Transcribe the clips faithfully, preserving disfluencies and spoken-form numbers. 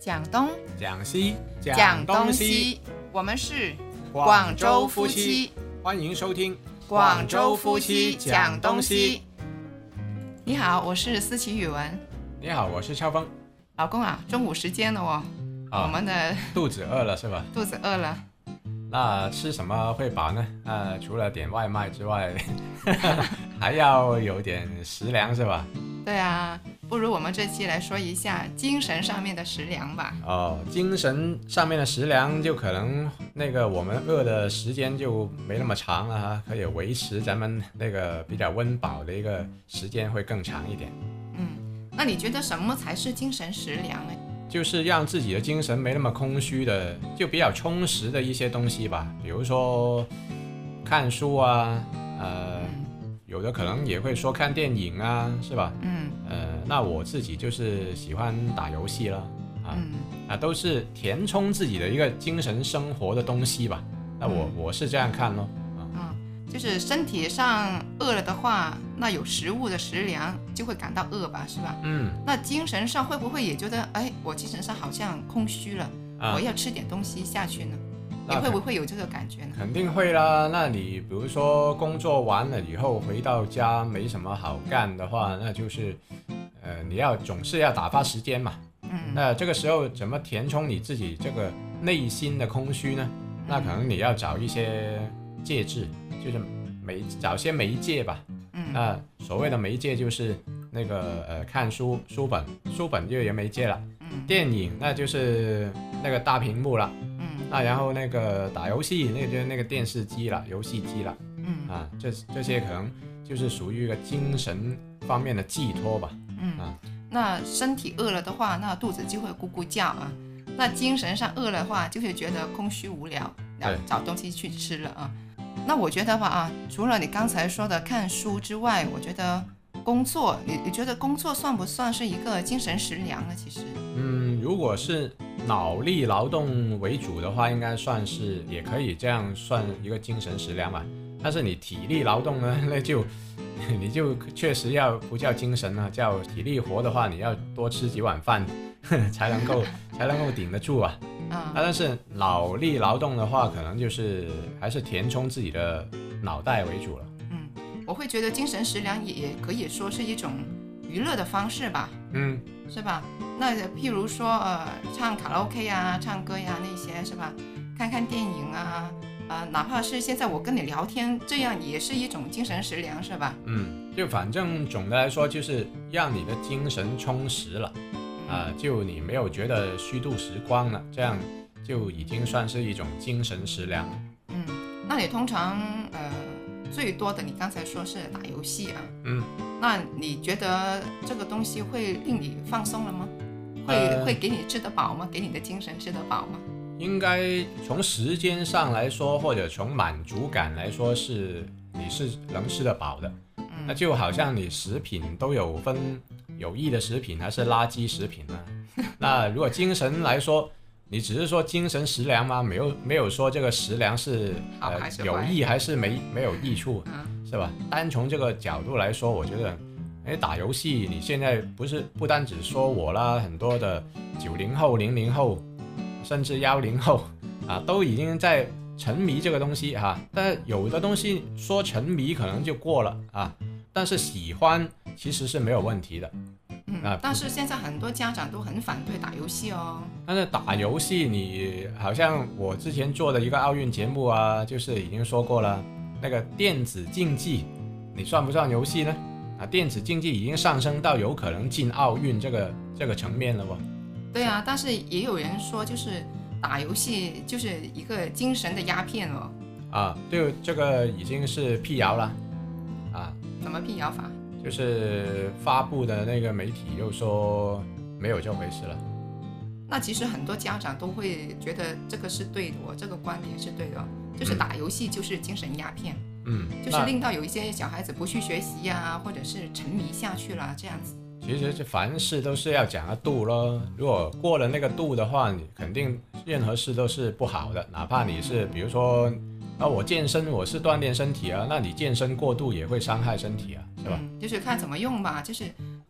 讲东讲西讲东西，我们是广州夫妻， 欢迎收听广州夫妻讲东西。你好，我是思琪语文。 你好，我是超峰。 老公啊，中午时间了哦，啊、我们的肚子饿了是吧？ 肚子饿了。 那吃什么会饱呢？呃，除了点外卖之外，还要有点食粮是吧？ 对啊，不如我们这期来说一下精神上面的食粮吧。 哦，精神上面的食粮就可能那个我们饿的时间就没那么长了哈，可以维持咱们那个比较温饱的一个时间会更长一点。 嗯，那你觉得什么才是精神食粮呢？ 就是让自己的精神没那么空虚的，就比较充实的一些东西吧，比如说看书啊，呃，嗯、有的可能也会说看电影啊，是吧？嗯，呃，那我自己就是喜欢打游戏了，啊，嗯、啊，都是填充自己的一个精神生活的东西吧。那我、嗯、我是这样看咯。 就是身体上饿了的话，那有食物的食粮就会感到饿吧，是吧？嗯。那精神上会不会也觉得，哎，我精神上好像空虚了，啊、我要吃点东西下去呢？你会不会有这个感觉呢？ 肯定会啦。那你比如说工作完了以后回到家没什么好干的话，那就是，呃，你要总是要打发时间嘛。嗯。那这个时候怎么填充你自己这个内心的空虚呢？那可能你要找一些介质。就是媒找些媒介吧，嗯，那所谓的媒介就是那个呃看书书本，书本就有媒介了，嗯，电影那就是那个大屏幕了，嗯，那然后那个打游戏那个就是那个电视机了，游戏机了，嗯啊，这这些可能就是属于一个精神方面的寄托吧， 嗯啊，那身体饿了的话，那肚子就会咕咕叫啊，那精神上饿了的话，就会觉得空虚无聊，要找东西去吃了啊。那我觉得吧啊，除了你刚才说的看书之外，我觉得工作，你你觉得工作算不算是一个精神食粮呢？其实， 嗯，如果是脑力劳动为主的话，应该算是也可以这样算一个精神食粮吧。但是你体力劳动呢，那就你就确实要不叫精神了，叫体力活的话，你要多吃几碗饭才能够才能够顶得住啊。啊，但是脑力劳动的话，可能就是还是填充自己的脑袋为主了。 嗯，我会觉得精神食粮也可以说是一种娱乐的方式吧。嗯，是吧？那譬如说呃，唱卡拉 OK 啊，唱歌呀那些是吧？看看电影啊，呃，哪怕是现在我跟你聊天，这样也是一种精神食粮，是吧？ 嗯，就反正总的来说，就是让你的精神充实了。啊、呃，就你没有觉得虚度时光了，这样就已经算是一种精神食粮。 嗯，那你通常呃最多的，你刚才说是打游戏啊，嗯，那你觉得这个东西会令你放松了吗？会、呃、会给你吃得饱吗？给你的精神吃得饱吗？ 应该从时间上来说，或者从满足感来说，是你是能吃得饱的。嗯，那就好像你食品都有分。有益的食品还是垃圾食品呢？那如果精神来说，你只是说精神食粮吗？没有没有说这个食粮是呃有益还是没没有益处，嗯、是吧？单从这个角度来说，我觉得，哎，打游戏你现在不是不单只说我啦，很多的九零后、零零后，甚至幺零后啊，都已经在沉迷这个东西哈、啊。但有的东西说沉迷可能就过了啊，但是喜欢其实是没有问题的。 嗯，但是现在很多家长都很反对打游戏哦。 但是打游戏，你好像我之前做的一个奥运节目啊，就是已经说过了，那个电子竞技，你算不算游戏呢？啊，电子竞技已经上升到有可能进奥运这个这个层面了哦。 对啊，但是也有人说，就是打游戏就是一个精神的鸦片哦。 啊，对，这个已经是辟谣了。啊， 怎么辟谣法？ 就是发布的那个媒体又说没有这回事了。 那其实很多家长都会觉得这个是对的，我这个观点是对的，就是打游戏就是精神鸦片，嗯，就是令到有一些小孩子不去学习呀、啊，或者是沉迷下去了这样子。 其实这凡事都是要讲个度咯，如果过了那个度的话，你肯定任何事都是不好的，哪怕你是比如说啊，我健身我是锻炼身体啊，那你健身过度也会伤害身体啊，是吧？ 嗯，就是看怎么用吧，就是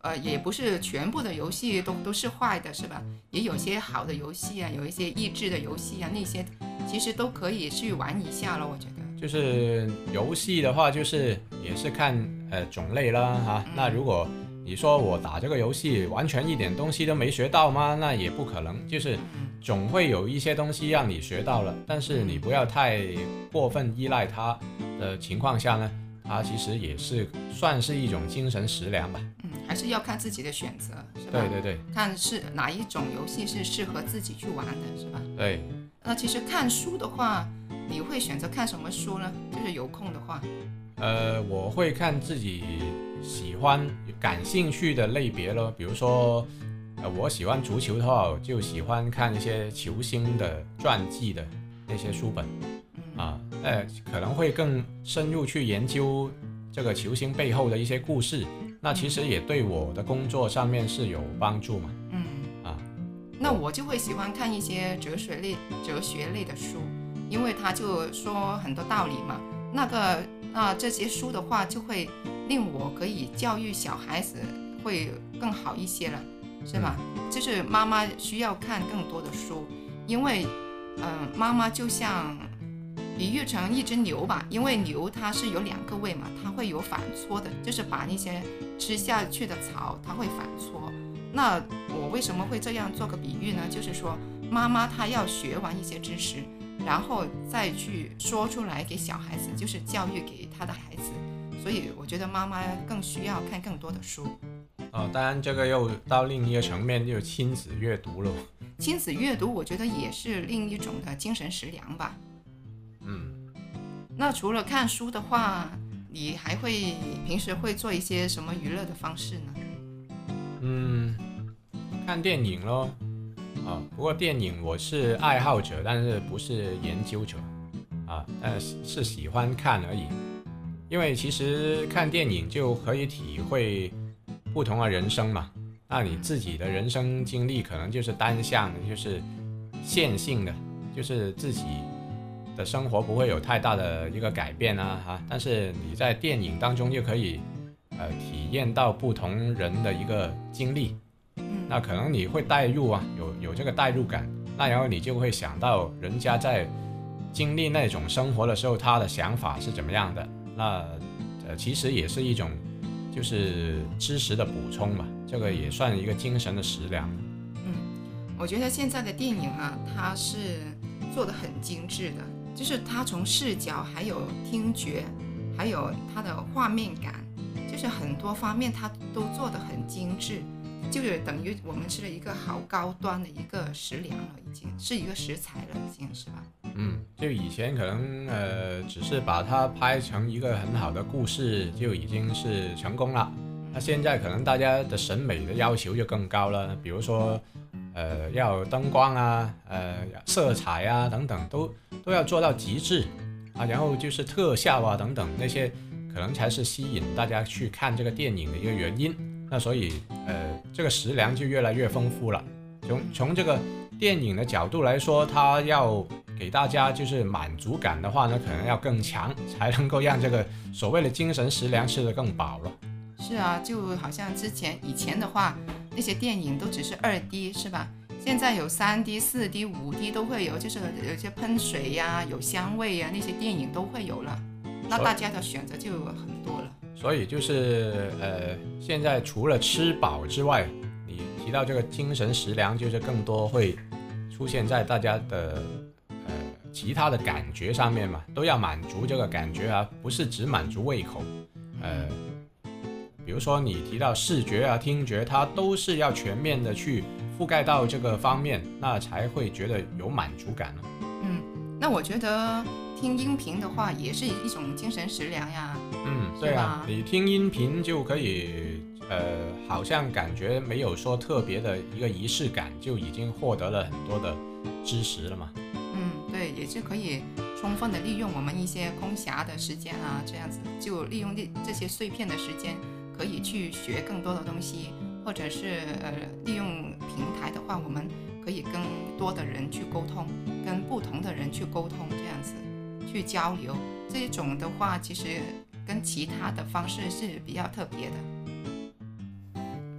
呃，也不是全部的游戏都都是坏的，是吧？也有些好的游戏啊，有一些益智的游戏啊，那些其实都可以去玩一下了，我觉得。 就是游戏的话，就是也是看呃种类啦哈、嗯。那如果你说我打这个游戏完全一点东西都没学到吗？那也不可能，就是总会有一些东西让你学到了，但是你不要太过分依赖它的情况下呢，它其实也是算是一种精神食粮吧。 嗯，还是要看自己的选择，是吧？ 对对对， 看是哪一种游戏是适合自己去玩的，是吧？ 对。 那其实看书的话，你会选择看什么书呢？就是有空的话。 呃，我会看自己喜欢、感兴趣的类别咯。比如说，呃，我喜欢足球的话，我就喜欢看一些球星的传记的那些书本，啊，呃，可能会更深入去研究这个球星背后的一些故事。那其实也对我的工作上面是有帮助嘛。 嗯，啊，那我就会喜欢看一些哲学类、哲学类的书，因为他就说很多道理嘛。那个，那这些书的话，就会令我可以教育小孩子会更好一些了，是吧？嗯、就是妈妈需要看更多的书，因为，嗯、呃，妈妈就像比喻成一只牛吧，因为牛它是有两个胃嘛，它会有反刍的，就是把那些吃下去的草，它会反刍。那我为什么会这样做个比喻呢？就是说，妈妈她要学完一些知识，然后再去说出来给小孩子，就是教育给他的孩子。所以我觉得妈妈更需要看更多的书。 哦，当然这个又到另一个层面，就是亲子阅读了。 亲子阅读，我觉得也是另一种的精神食粮吧。 嗯， 那除了看书的话，你还会平时会做一些什么娱乐的方式呢？ 嗯，看电影咯。啊，不过电影我是爱好者，但是不是研究者啊，但是是喜欢看而已。因为其实看电影就可以体会不同的人生嘛。那你自己的人生经历可能就是单向的，就是线性的，就是自己的生活不会有太大的一个改变啊哈。但是你在电影当中就可以呃体验到不同人的一个经历。那可能你会代入啊，有有这个代入感，那然后你就会想到人家在经历那种生活的时候，他的想法是怎么样的。那呃，其实也是一种就是知识的补充嘛，这个也算一个精神的食粮。 嗯，我觉得现在的电影啊，它是做得很精致的，就是它从视角，还有听觉，还有它的画面感，就是很多方面它都做得很精致。就是等于我们吃了一个好高端的一个食粮了，已经是一个食材了，已经是吧？ 嗯，就以前可能呃只是把它拍成一个很好的故事就已经是成功了。那现在可能大家的审美的要求就更高了，比如说呃要灯光啊、呃色彩啊等等都都要做到极致啊，然后就是特效啊等等那些可能才是吸引大家去看这个电影的一个原因。那所以，呃，这个食粮就越来越丰富了。从从这个电影的角度来说，它要给大家就是满足感的话呢，可能要更强，才能够让这个所谓的精神食粮吃得更饱了。 是啊，就好像之前以前的话，那些电影都只是二 D 是吧？现在有三 D、四 D、五 D 都会有，就是有些喷水呀、有香味呀，那些电影都会有了。那大家的选择就很多了。 所以就是呃，现在除了吃饱之外，你提到这个精神食粮，就是更多会出现在大家的呃其他的感觉上面嘛，都要满足这个感觉啊，不是只满足胃口。呃，比如说你提到视觉啊、听觉，它都是要全面的去覆盖到这个方面，那才会觉得有满足感了。 嗯，那我觉得听音频的话也是一种精神食粮呀。 嗯，对啊，你听音频就可以，呃，好像感觉没有说特别的一个仪式感，就已经获得了很多的知识了嘛。 嗯，对，也是可以充分的利用我们一些空暇的时间啊，这样子就利用这些碎片的时间，可以去学更多的东西，或者是呃利用平台的话，我们可以跟多的人去沟通，跟不同的人去沟通，这样子去交流。这种的话，其实跟其他的方式是比较特别的。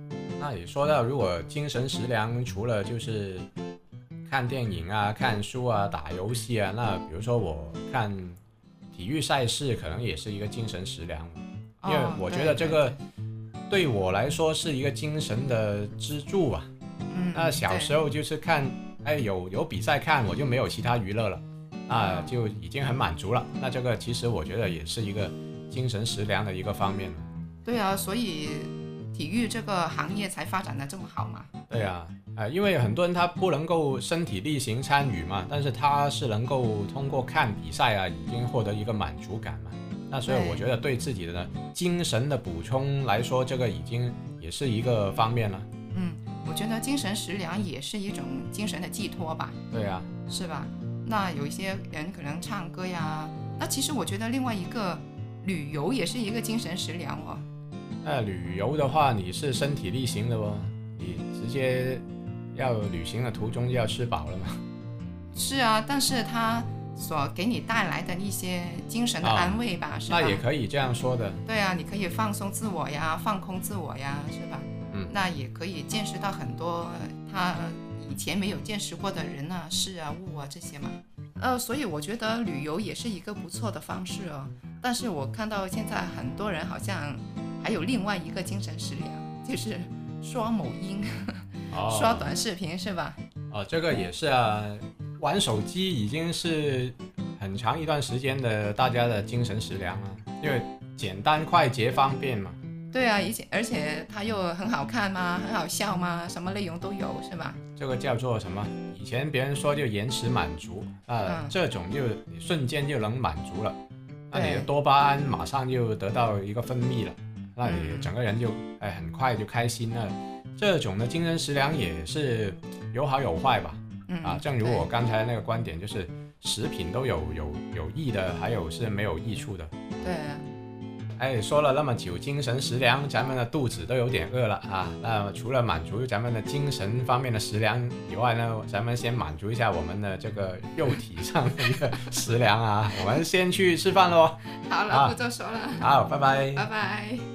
那你说到如果精神食粮，除了就是看电影啊、看书啊、打游戏啊，那比如说我看体育赛事，可能也是一个精神食粮，因为我觉得这个对我来说是一个精神的支柱吧。 嗯， 那小时候就是看，哎，有有比赛看，我就没有其他娱乐了，那就已经很满足了。那这个其实我觉得也是一个精神食粮的一个方面。 对啊，所以体育这个行业才发展的这么好嘛。 对啊，呃，因为很多人他不能够身体力行参与嘛，但是他是能够通过看比赛啊，已经获得一个满足感嘛。那所以我觉得对自己的精神的补充来说，这个已经也是一个方面了。 嗯，我觉得精神食粮也是一种精神的寄托吧。 对啊， 是吧？那有一些人可能唱歌呀，那其实我觉得另外一个旅游也是一个精神食粮哦。 那旅游的话，你是身体力行的哦，你直接要旅行的途中就要吃饱了嘛。 是啊，但是它所给你带来的一些精神的安慰吧，哦、是吧？ 那也可以这样说的。 对啊，你可以放松自我呀，放空自我呀，是吧？ 嗯， 那也可以见识到很多他以前没有见识过的人啊、事啊、物啊这些嘛。呃，所以我觉得旅游也是一个不错的方式哦。但是我看到现在很多人好像还有另外一个精神食粮，就是刷某音、哦、刷短视频，是吧？ 哦，这个也是啊，玩手机已经是很长一段时间的大家的精神食粮了，因为简单、快捷、方便嘛。 对啊，而且而且它又很好看嘛，很好笑嘛，什么内容都有，是吧？ 这个叫做什么？以前别人说就延迟满足啊、呃嗯，这种就瞬间就能满足了，那你的多巴胺马上就得到一个分泌了，那你整个人就哎很快就开心了。这种的精神食粮也是有好有坏吧？ 嗯啊，正如我刚才那个观点，就是食品都有有有益的，还有是没有益处的。 对啊。 哎，说了那么久精神食粮，咱们的肚子都有点饿了啊。那除了满足咱们的精神方面的食粮以外呢，咱们先满足一下我们的这个肉体上的一个食粮啊。我们先去吃饭喽。 好了，不多说了。 好，拜拜。 拜拜。